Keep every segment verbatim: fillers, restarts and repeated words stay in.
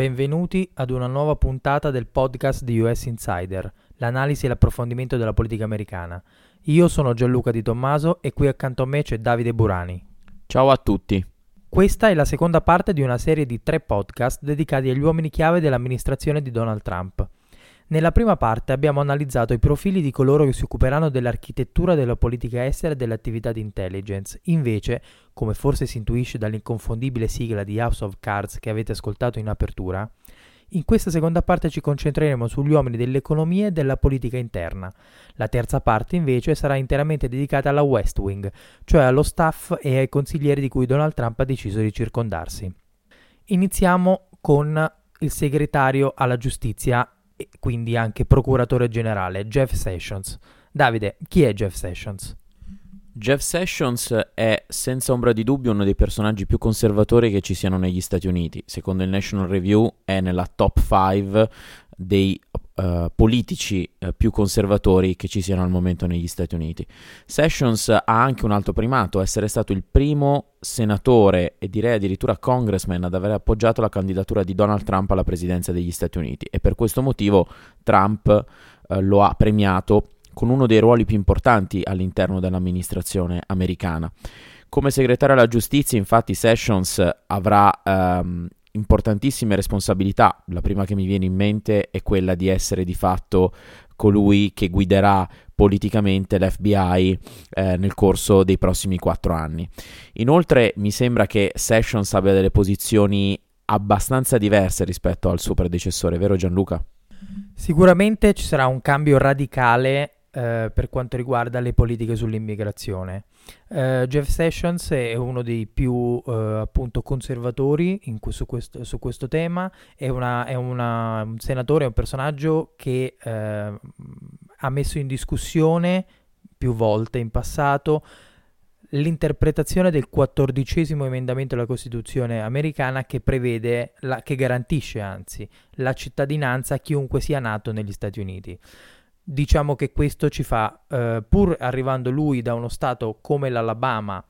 Benvenuti ad una nuova puntata del podcast di U S Insider, l'analisi e l'approfondimento della politica americana. Io sono Gianluca Di Tommaso e qui accanto a me c'è Davide Burani. Ciao a tutti. Questa è la seconda parte di una serie di tre podcast dedicati agli uomini chiave dell'amministrazione di Donald Trump. Nella prima parte abbiamo analizzato i profili di coloro che si occuperanno dell'architettura della politica estera e dell'attività di intelligence. Invece, come forse si intuisce dall'inconfondibile sigla di House of Cards che avete ascoltato in apertura, in questa seconda parte ci concentreremo sugli uomini dell'economia e della politica interna. La terza parte invece sarà interamente dedicata alla West Wing, cioè allo staff e ai consiglieri di cui Donald Trump ha deciso di circondarsi. Iniziamo con il segretario alla giustizia e quindi anche procuratore generale, Jeff Sessions. Davide, chi è Jeff Sessions? Jeff Sessions è senza ombra di dubbio uno dei personaggi più conservatori che ci siano negli Stati Uniti. Secondo il National Review è nella top cinque dei uh, politici uh, più conservatori che ci siano al momento negli Stati Uniti. Sessions ha anche un altro primato, essere stato il primo senatore e direi addirittura congressman ad aver appoggiato la candidatura di Donald Trump alla presidenza degli Stati Uniti, e per questo motivo Trump uh, lo ha premiato con uno dei ruoli più importanti all'interno dell'amministrazione americana. Come segretario alla giustizia, infatti, Sessions avrà um, importantissime responsabilità. La prima che mi viene in mente è quella di essere di fatto colui che guiderà politicamente l'F B I eh, nel corso dei prossimi quattro anni. Inoltre mi sembra che Sessions abbia delle posizioni abbastanza diverse rispetto al suo predecessore, vero Gianluca? Sicuramente ci sarà un cambio radicale eh, per quanto riguarda le politiche sull'immigrazione. Uh, Jeff Sessions è uno dei più uh, appunto conservatori in, su, questo, su questo tema, è, una, è una, un senatore, è un personaggio che uh, ha messo in discussione più volte in passato l'interpretazione del quattordicesimo emendamento della Costituzione americana che prevede, la, che garantisce anzi la cittadinanza a chiunque sia nato negli Stati Uniti. Diciamo che questo ci fa, eh, pur arrivando lui da uno stato come l'Alabama,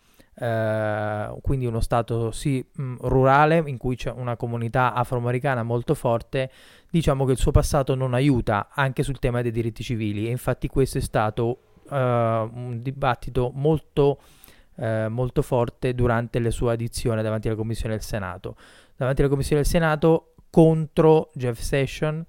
eh, quindi uno stato sì mh, rurale in cui c'è una comunità afroamericana molto forte, diciamo che il suo passato non aiuta anche sul tema dei diritti civili, e infatti questo è stato eh, un dibattito molto, eh, molto forte durante la sua audizione davanti alla Commissione del Senato. Davanti alla Commissione del Senato contro Jeff Sessions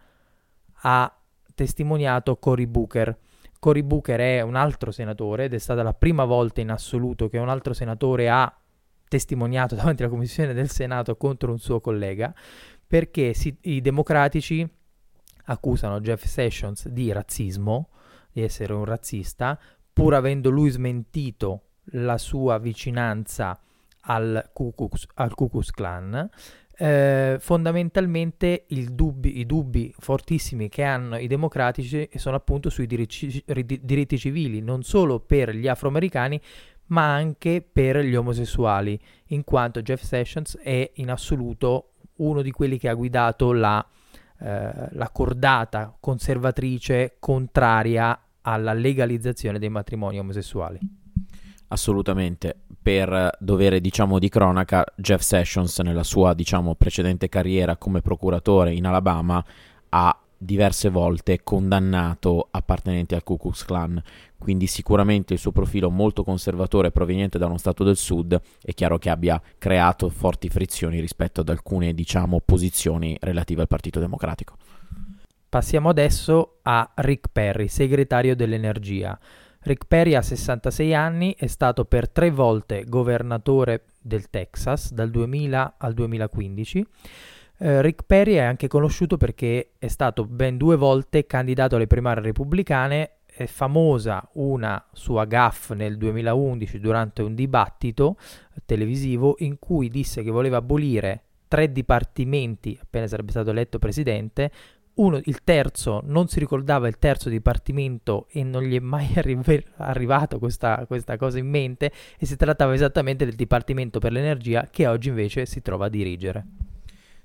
ha testimoniato Cory Booker. Cory Booker è un altro senatore ed è stata la prima volta in assoluto che un altro senatore ha testimoniato davanti alla Commissione del Senato contro un suo collega, perché si, i democratici accusano Jeff Sessions di razzismo, di essere un razzista, pur avendo lui smentito la sua vicinanza al Ku Klux, al Ku Klux Klan. Eh, fondamentalmente il dubbi, i dubbi fortissimi che hanno i democratici sono appunto sui diritti, diritti civili, non solo per gli afroamericani ma anche per gli omosessuali, in quanto Jeff Sessions è in assoluto uno di quelli che ha guidato la, eh, la cordata conservatrice contraria alla legalizzazione dei matrimoni omosessuali. Assolutamente. Per dovere, diciamo, di cronaca, Jeff Sessions nella sua, diciamo, precedente carriera come procuratore in Alabama ha diverse volte condannato appartenenti al Ku Klux Klan, quindi sicuramente il suo profilo molto conservatore proveniente da uno stato del sud è chiaro che abbia creato forti frizioni rispetto ad alcune, diciamo, posizioni relative al Partito Democratico. Passiamo adesso a Rick Perry, segretario dell'energia. Rick Perry ha sessantasei anni, è stato per tre volte governatore del Texas dal duemila al duemilaquindici. Eh, Rick Perry è anche conosciuto perché è stato ben due volte candidato alle primarie repubblicane. È famosa una sua gaffe nel duemilaundici durante un dibattito televisivo in cui disse che voleva abolire tre dipartimenti appena sarebbe stato eletto presidente. Uno, il terzo, non si ricordava il terzo dipartimento e non gli è mai arri- arrivato questa, questa cosa in mente, e si trattava esattamente del Dipartimento per l'Energia che oggi invece si trova a dirigere.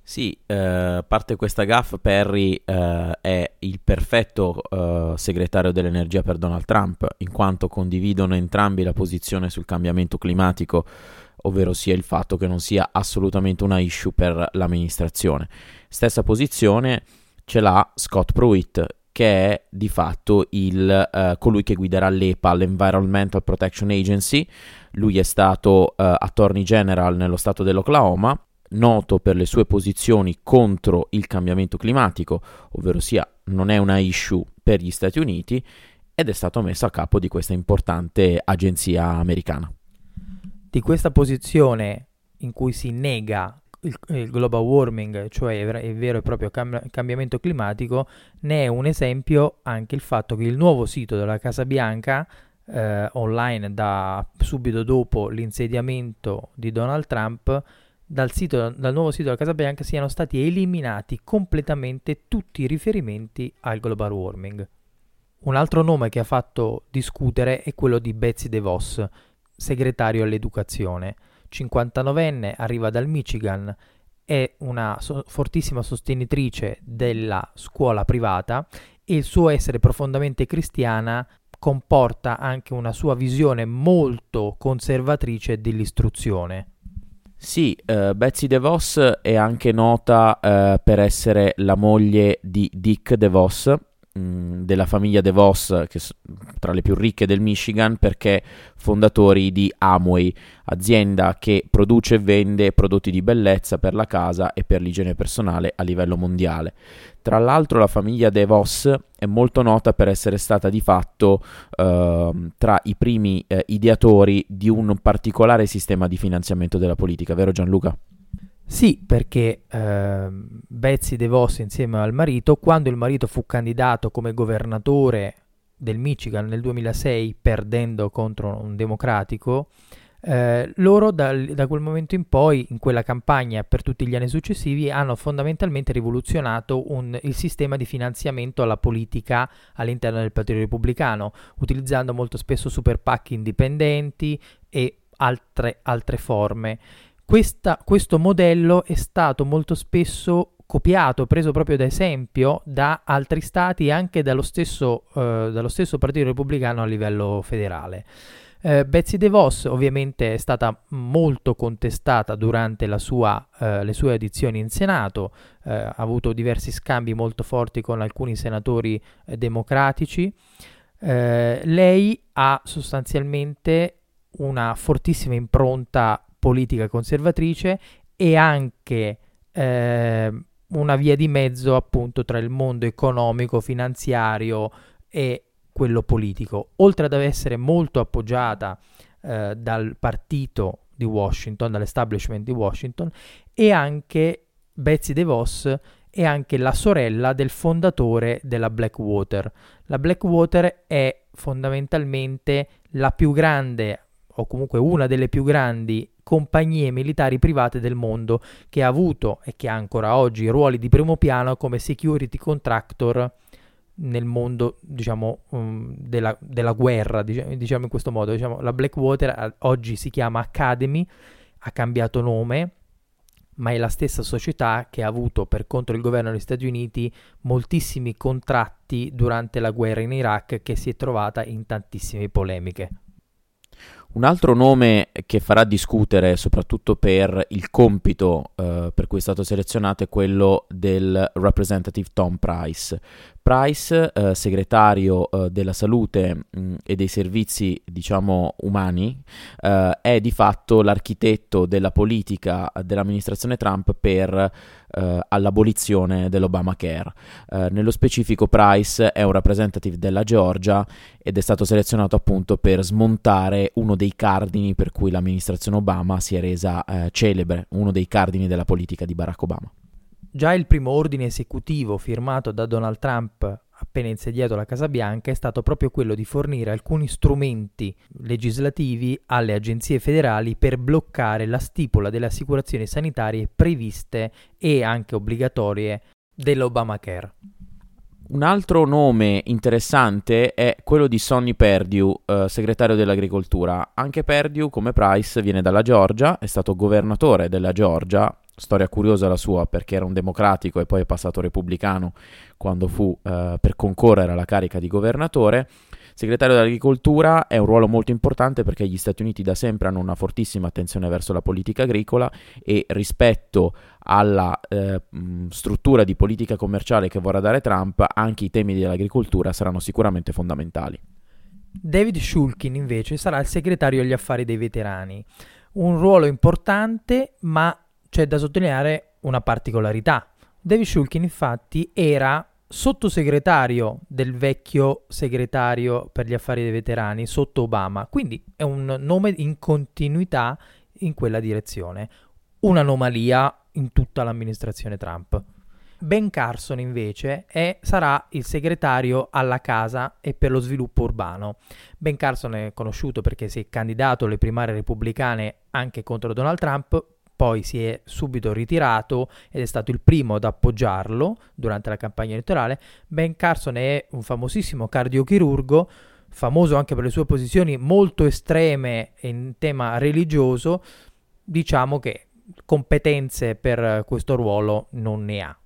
Sì, eh, a parte questa gaffe, Perry eh, è il perfetto eh, segretario dell'energia per Donald Trump, in quanto condividono entrambi la posizione sul cambiamento climatico, ovvero sia il fatto che non sia assolutamente una issue per l'amministrazione. Stessa posizione ce l'ha Scott Pruitt, che è di fatto il, eh, colui che guiderà l'E P A, l'Environmental Protection Agency. Lui è stato eh, Attorney General nello stato dell'Oklahoma, noto per le sue posizioni contro il cambiamento climatico, ovvero sia non è una issue per gli Stati Uniti, ed è stato messo a capo di questa importante agenzia americana. Di questa posizione in cui si nega il, il global warming, cioè il vero e proprio cam- cambiamento climatico, ne è un esempio anche il fatto che il nuovo sito della Casa Bianca, eh, online da subito dopo l'insediamento di Donald Trump, Dal, sito, dal nuovo sito della Casa Bianca siano stati eliminati completamente tutti i riferimenti al global warming. Un altro nome che ha fatto discutere è quello di Betsy DeVos, segretario all'educazione. cinquantanovenne, arriva dal Michigan, è una so- fortissima sostenitrice della scuola privata e il suo essere profondamente cristiana comporta anche una sua visione molto conservatrice dell'istruzione. Sì, uh, Betsy DeVos è anche nota uh, per essere la moglie di Dick DeVos, mh, della famiglia DeVos, che s- tra le più ricche del Michigan, perché fondatori di Amway, azienda che produce e vende prodotti di bellezza per la casa e per l'igiene personale a livello mondiale. Tra l'altro la famiglia DeVos è molto nota per essere stata di fatto eh, tra i primi eh, ideatori di un particolare sistema di finanziamento della politica, vero Gianluca? Sì, perché eh, Betsy DeVos insieme al marito, quando il marito fu candidato come governatore del Michigan nel duemilasei, perdendo contro un democratico, Eh, loro dal, da quel momento in poi, in quella campagna per tutti gli anni successivi, hanno fondamentalmente rivoluzionato un, il sistema di finanziamento alla politica all'interno del Partito Repubblicano, utilizzando molto spesso super PAC indipendenti e altre, altre forme. Questa, questo modello è stato molto spesso copiato, preso proprio da esempio da altri stati e anche dallo stesso, eh, dallo stesso Partito Repubblicano a livello federale. Uh, Betsy DeVos ovviamente è stata molto contestata durante la sua, uh, le sue audizioni in Senato, uh, ha avuto diversi scambi molto forti con alcuni senatori uh, democratici. Uh, lei ha sostanzialmente una fortissima impronta politica conservatrice e anche uh, una via di mezzo appunto tra il mondo economico, finanziario e quello politico, oltre ad essere molto appoggiata eh, dal partito di Washington, dall'establishment di Washington, e anche Betsy DeVos è anche la sorella del fondatore della Blackwater. La Blackwater è fondamentalmente la più grande, o comunque una delle più grandi compagnie militari private del mondo, che ha avuto e che ha ancora oggi ruoli di primo piano come security contractor nel mondo, diciamo, um, della, della guerra, diciamo, diciamo in questo modo. Diciamo, la Blackwater oggi si chiama Academy, ha cambiato nome, ma è la stessa società che ha avuto per conto del governo degli Stati Uniti moltissimi contratti durante la guerra in Iraq, che si è trovata in tantissime polemiche. Un altro nome che farà discutere, soprattutto per il compito eh, per cui è stato selezionato, è quello del Representative Tom Price. Price, eh, segretario eh, della salute mh, e dei servizi, diciamo, umani, eh, è di fatto l'architetto della politica dell'amministrazione Trump per eh, all'abolizione dell'Obamacare. Eh, nello specifico Price è un representative della Georgia ed è stato selezionato appunto per smontare uno dei cardini per cui l'amministrazione Obama si è resa eh, celebre, uno dei cardini della politica di Barack Obama. Già il primo ordine esecutivo firmato da Donald Trump appena insediato alla Casa Bianca è stato proprio quello di fornire alcuni strumenti legislativi alle agenzie federali per bloccare la stipula delle assicurazioni sanitarie previste e anche obbligatorie dell'Obamacare. Un altro nome interessante è quello di Sonny Perdue, eh, segretario dell'agricoltura. Anche Perdue, come Price, viene dalla Georgia, è stato governatore della Georgia storia curiosa la sua, perché era un democratico e poi è passato repubblicano quando fu eh, per concorrere alla carica di governatore. Segretario dell'Agricoltura è un ruolo molto importante perché gli Stati Uniti da sempre hanno una fortissima attenzione verso la politica agricola e rispetto alla eh, struttura di politica commerciale che vorrà dare Trump, anche i temi dell'agricoltura saranno sicuramente fondamentali. David Shulkin invece sarà il segretario agli affari dei veterani, un ruolo importante, ma c'è da sottolineare una particolarità. David Shulkin infatti era sottosegretario del vecchio segretario per gli affari dei veterani sotto Obama, quindi è un nome in continuità in quella direzione, un'anomalia in tutta l'amministrazione Trump. Ben Carson invece è, sarà il segretario alla casa e per lo sviluppo urbano. Ben Carson è conosciuto perché si è candidato alle primarie repubblicane anche contro Donald Trump, poi si è subito ritirato ed è stato il primo ad appoggiarlo durante la campagna elettorale. Ben Carson è un famosissimo cardiochirurgo, famoso anche per le sue posizioni molto estreme in tema religioso. Diciamo che competenze per questo ruolo non ne ha.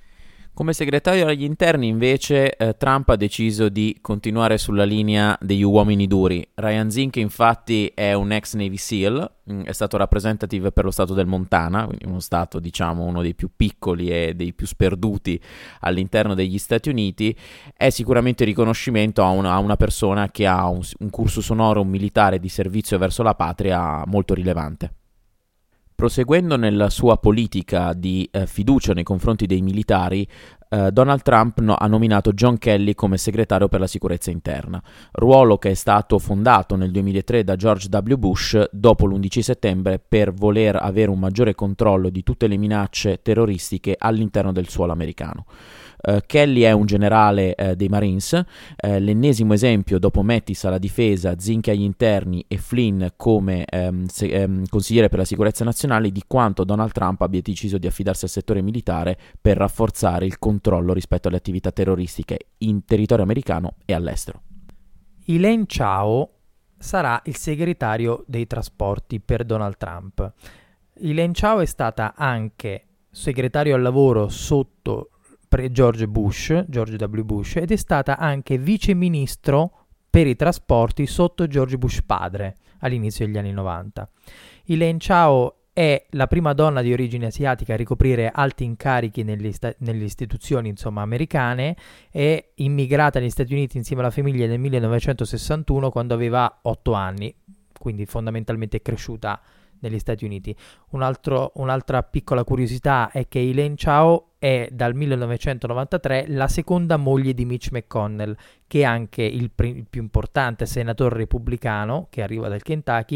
Come segretario agli interni invece eh, Trump ha deciso di continuare sulla linea degli uomini duri. Ryan Zink infatti è un ex Navy SEAL, mh, è stato representative per lo stato del Montana, quindi uno stato diciamo uno dei più piccoli e dei più sperduti all'interno degli Stati Uniti. È sicuramente riconoscimento a una, a una persona che ha un, un cursus honorum militare di servizio verso la patria molto rilevante. Proseguendo nella sua politica di eh, fiducia nei confronti dei militari, eh, Donald Trump no, ha nominato John Kelly come segretario per la sicurezza interna, ruolo che è stato fondato nel duemilatré da George W. Bush dopo l'undici settembre per voler avere un maggiore controllo di tutte le minacce terroristiche all'interno del suolo americano. Uh, Kelly è un generale uh, dei Marines, uh, l'ennesimo esempio dopo Mattis alla difesa, Zink agli interni e Flynn come um, se- um, consigliere per la sicurezza nazionale di quanto Donald Trump abbia deciso di affidarsi al settore militare per rafforzare il controllo rispetto alle attività terroristiche in territorio americano e all'estero. Elaine Chao sarà il segretario dei trasporti per Donald Trump. Elaine Chao è stata anche segretario al lavoro sotto George Bush, George W. Bush, ed è stata anche vice ministro per i trasporti sotto George Bush padre all'inizio degli anni novanta. Elaine Chao è la prima donna di origine asiatica a ricoprire alti incarichi nelle, sta- nelle istituzioni insomma, americane. È immigrata negli Stati Uniti insieme alla famiglia nel millenovecentosessantuno quando aveva otto anni, quindi fondamentalmente è cresciuta negli Stati Uniti. Un altro, un'altra piccola curiosità è che Elaine Chao è dal millenovecentonovantatré la seconda moglie di Mitch McConnell, che è anche il, pr- il più importante senatore repubblicano che arriva dal Kentucky.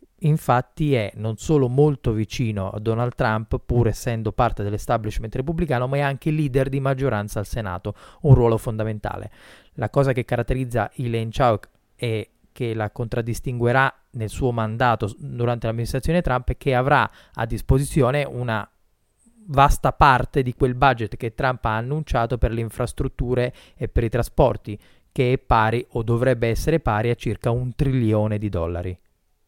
Infatti è non solo molto vicino a Donald Trump, pur essendo parte dell'establishment repubblicano, ma è anche leader di maggioranza al Senato, un ruolo fondamentale. La cosa che caratterizza Elaine Chao è che la contraddistinguerà nel suo mandato durante l'amministrazione Trump è che avrà a disposizione una vasta parte di quel budget che Trump ha annunciato per le infrastrutture e per i trasporti, che è pari o dovrebbe essere pari a circa un trilione di dollari.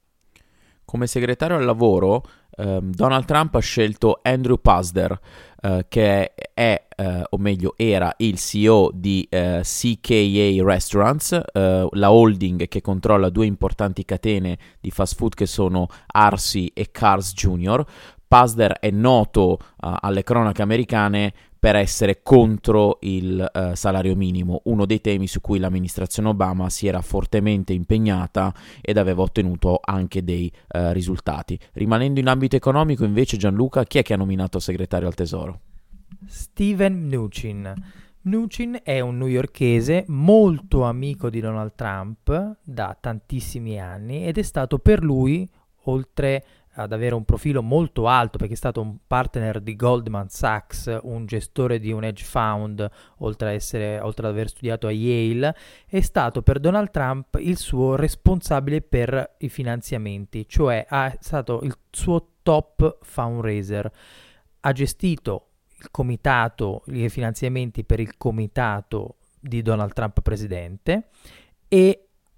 Come segretario al lavoro, ehm, Donald Trump ha scelto Andrew Pazder, eh, che è, eh, o meglio era, il C E O di eh, C K A Restaurants, eh, la holding che controlla due importanti catene di fast food che sono Arsi e Carl's junior Pazder è noto uh, alle cronache americane per essere contro il uh, salario minimo, uno dei temi su cui l'amministrazione Obama si era fortemente impegnata ed aveva ottenuto anche dei uh, risultati. Rimanendo in ambito economico invece, Gianluca, chi è che ha nominato segretario al tesoro? Steven Mnuchin. Mnuchin è un newyorkese molto amico di Donald Trump da tantissimi anni ed è stato per lui, oltre ad avere un profilo molto alto perché è stato un partner di Goldman Sachs, un gestore di un hedge fund, oltre, a essere, oltre ad aver studiato a Yale, è stato per Donald Trump il suo responsabile per i finanziamenti, cioè è stato il suo top fundraiser. Ha gestito il comitato, i finanziamenti per il comitato di Donald Trump presidente e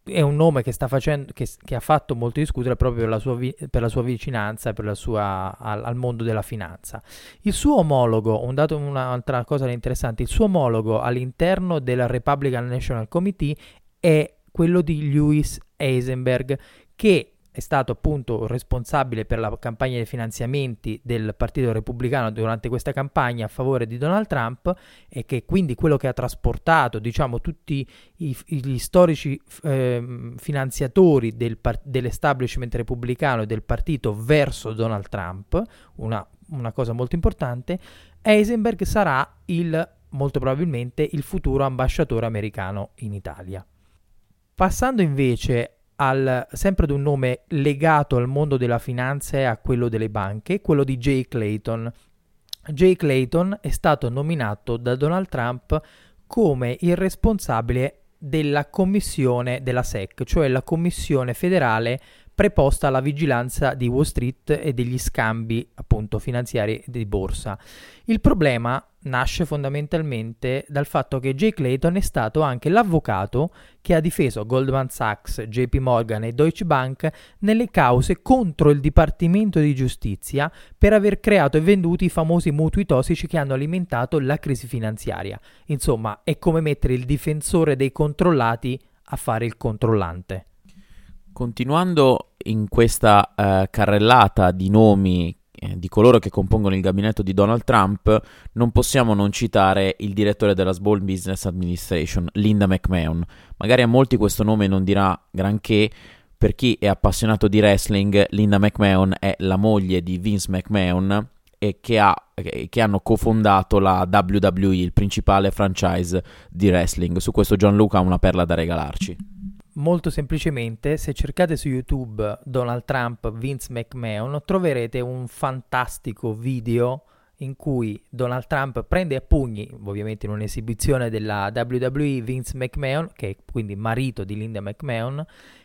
è un nome che sta facendo, che, che ha fatto molto discutere proprio per la sua, vi, per la sua vicinanza, per la sua, al, al mondo della finanza. Il suo omologo, un dato, un'altra cosa interessante, il suo omologo all'interno del Republican National Committee è quello di Louis Eisenberg, che è stato appunto responsabile per la campagna dei finanziamenti del Partito Repubblicano durante questa campagna a favore di Donald Trump, e che quindi quello che ha trasportato, diciamo, tutti i, gli storici eh, finanziatori del par- dell'establishment repubblicano e del partito verso Donald Trump, una, una cosa molto importante. Eisenberg sarà il, molto probabilmente il futuro ambasciatore americano in Italia. Passando invece al, sempre ad un nome legato al mondo della finanza e a quello delle banche, quello di Jay Clayton. Jay Clayton è stato nominato da Donald Trump come il responsabile della commissione della S E C, cioè la commissione federale preposta alla vigilanza di Wall Street e degli scambi appunto finanziari di borsa. Il problema nasce fondamentalmente dal fatto che Jay Clayton è stato anche l'avvocato che ha difeso Goldman Sachs, J P Morgan e Deutsche Bank nelle cause contro il Dipartimento di Giustizia per aver creato e venduto i famosi mutui tossici che hanno alimentato la crisi finanziaria. Insomma, è come mettere il difensore dei controllati a fare il controllante. Continuando in questa uh, carrellata di nomi eh, di coloro che compongono il gabinetto di Donald Trump, non possiamo non citare il direttore della Small Business Administration, Linda McMahon. Magari a molti questo nome non dirà granché. Per chi è appassionato di wrestling, Linda McMahon è la moglie di Vince McMahon e che, ha, che hanno cofondato la W W E, il principale franchise di wrestling. Su questo Gianluca ha una perla da regalarci. Molto semplicemente, se cercate su YouTube Donald Trump, Vince McMahon, troverete un fantastico video in cui Donald Trump prende a pugni, ovviamente in un'esibizione della W W E, Vince McMahon, che è quindi marito di Linda McMahon,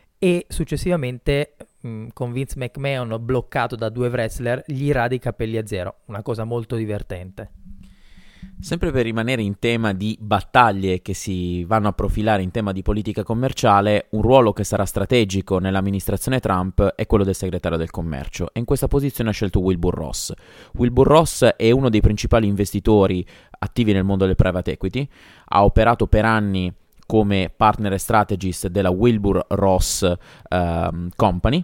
e successivamente mh, con Vince McMahon bloccato da due wrestler gli rade i capelli a zero, una cosa molto divertente. Sempre per rimanere in tema di battaglie che si vanno a profilare in tema di politica commerciale, un ruolo che sarà strategico nell'amministrazione Trump è quello del segretario del commercio, e in questa posizione ha scelto Wilbur Ross. Wilbur Ross è uno dei principali investitori attivi nel mondo del private equity, ha operato per anni come partner e strategist della Wilbur Ross um, Company,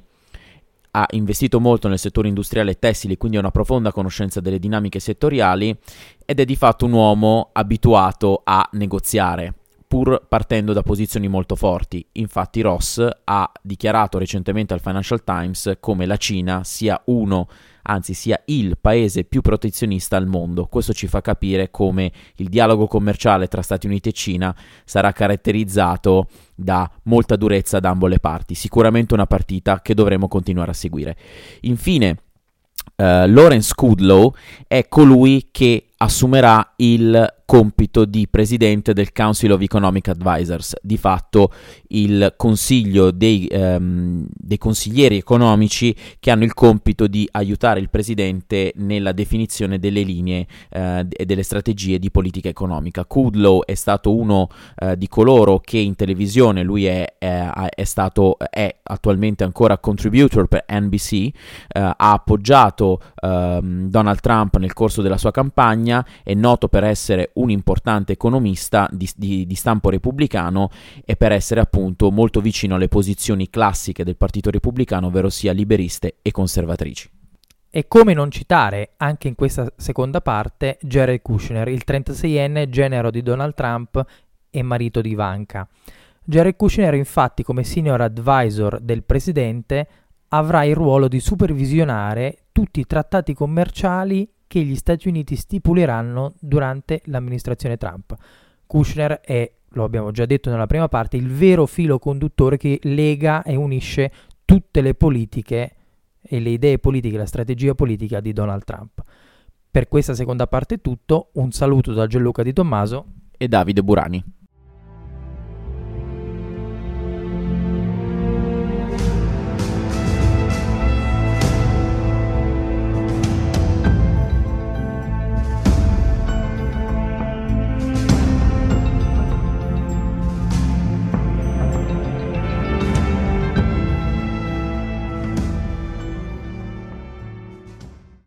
ha investito molto nel settore industriale e tessili, quindi ha una profonda conoscenza delle dinamiche settoriali ed è di fatto un uomo abituato a negoziare, pur partendo da posizioni molto forti. Infatti Ross ha dichiarato recentemente al Financial Times come la Cina sia uno, anzi sia il paese più protezionista al mondo. Questo ci fa capire come il dialogo commerciale tra Stati Uniti e Cina sarà caratterizzato da molta durezza da ambo le parti. Sicuramente una partita che dovremo continuare a seguire. Infine, uh, Lawrence Kudlow è colui che assumerà il compito di presidente del Council of Economic Advisors, di fatto il consiglio dei, um, dei consiglieri economici che hanno il compito di aiutare il presidente nella definizione delle linee uh, e delle strategie di politica economica. Kudlow è stato uno uh, di coloro che in televisione, lui è, è, è stato, è attualmente ancora contributor per N B C, uh, ha appoggiato uh, Donald Trump nel corso della sua campagna, è noto per essere un importante economista di, di, di stampo repubblicano e per essere appunto molto vicino alle posizioni classiche del Partito Repubblicano, ovvero sia liberiste e conservatrici. E come non citare, anche in questa seconda parte, Jared Kushner, il trentaseienne genero di Donald Trump e marito di Ivanka. Jared Kushner, infatti, come senior advisor del presidente, avrà il ruolo di supervisionare tutti i trattati commerciali che gli Stati Uniti stipuleranno durante l'amministrazione Trump. Kushner è, lo abbiamo già detto nella prima parte, il vero filo conduttore che lega e unisce tutte le politiche e le idee politiche, la strategia politica di Donald Trump. Per questa seconda parte è tutto, un saluto da Gianluca Di Tommaso e Davide Burani.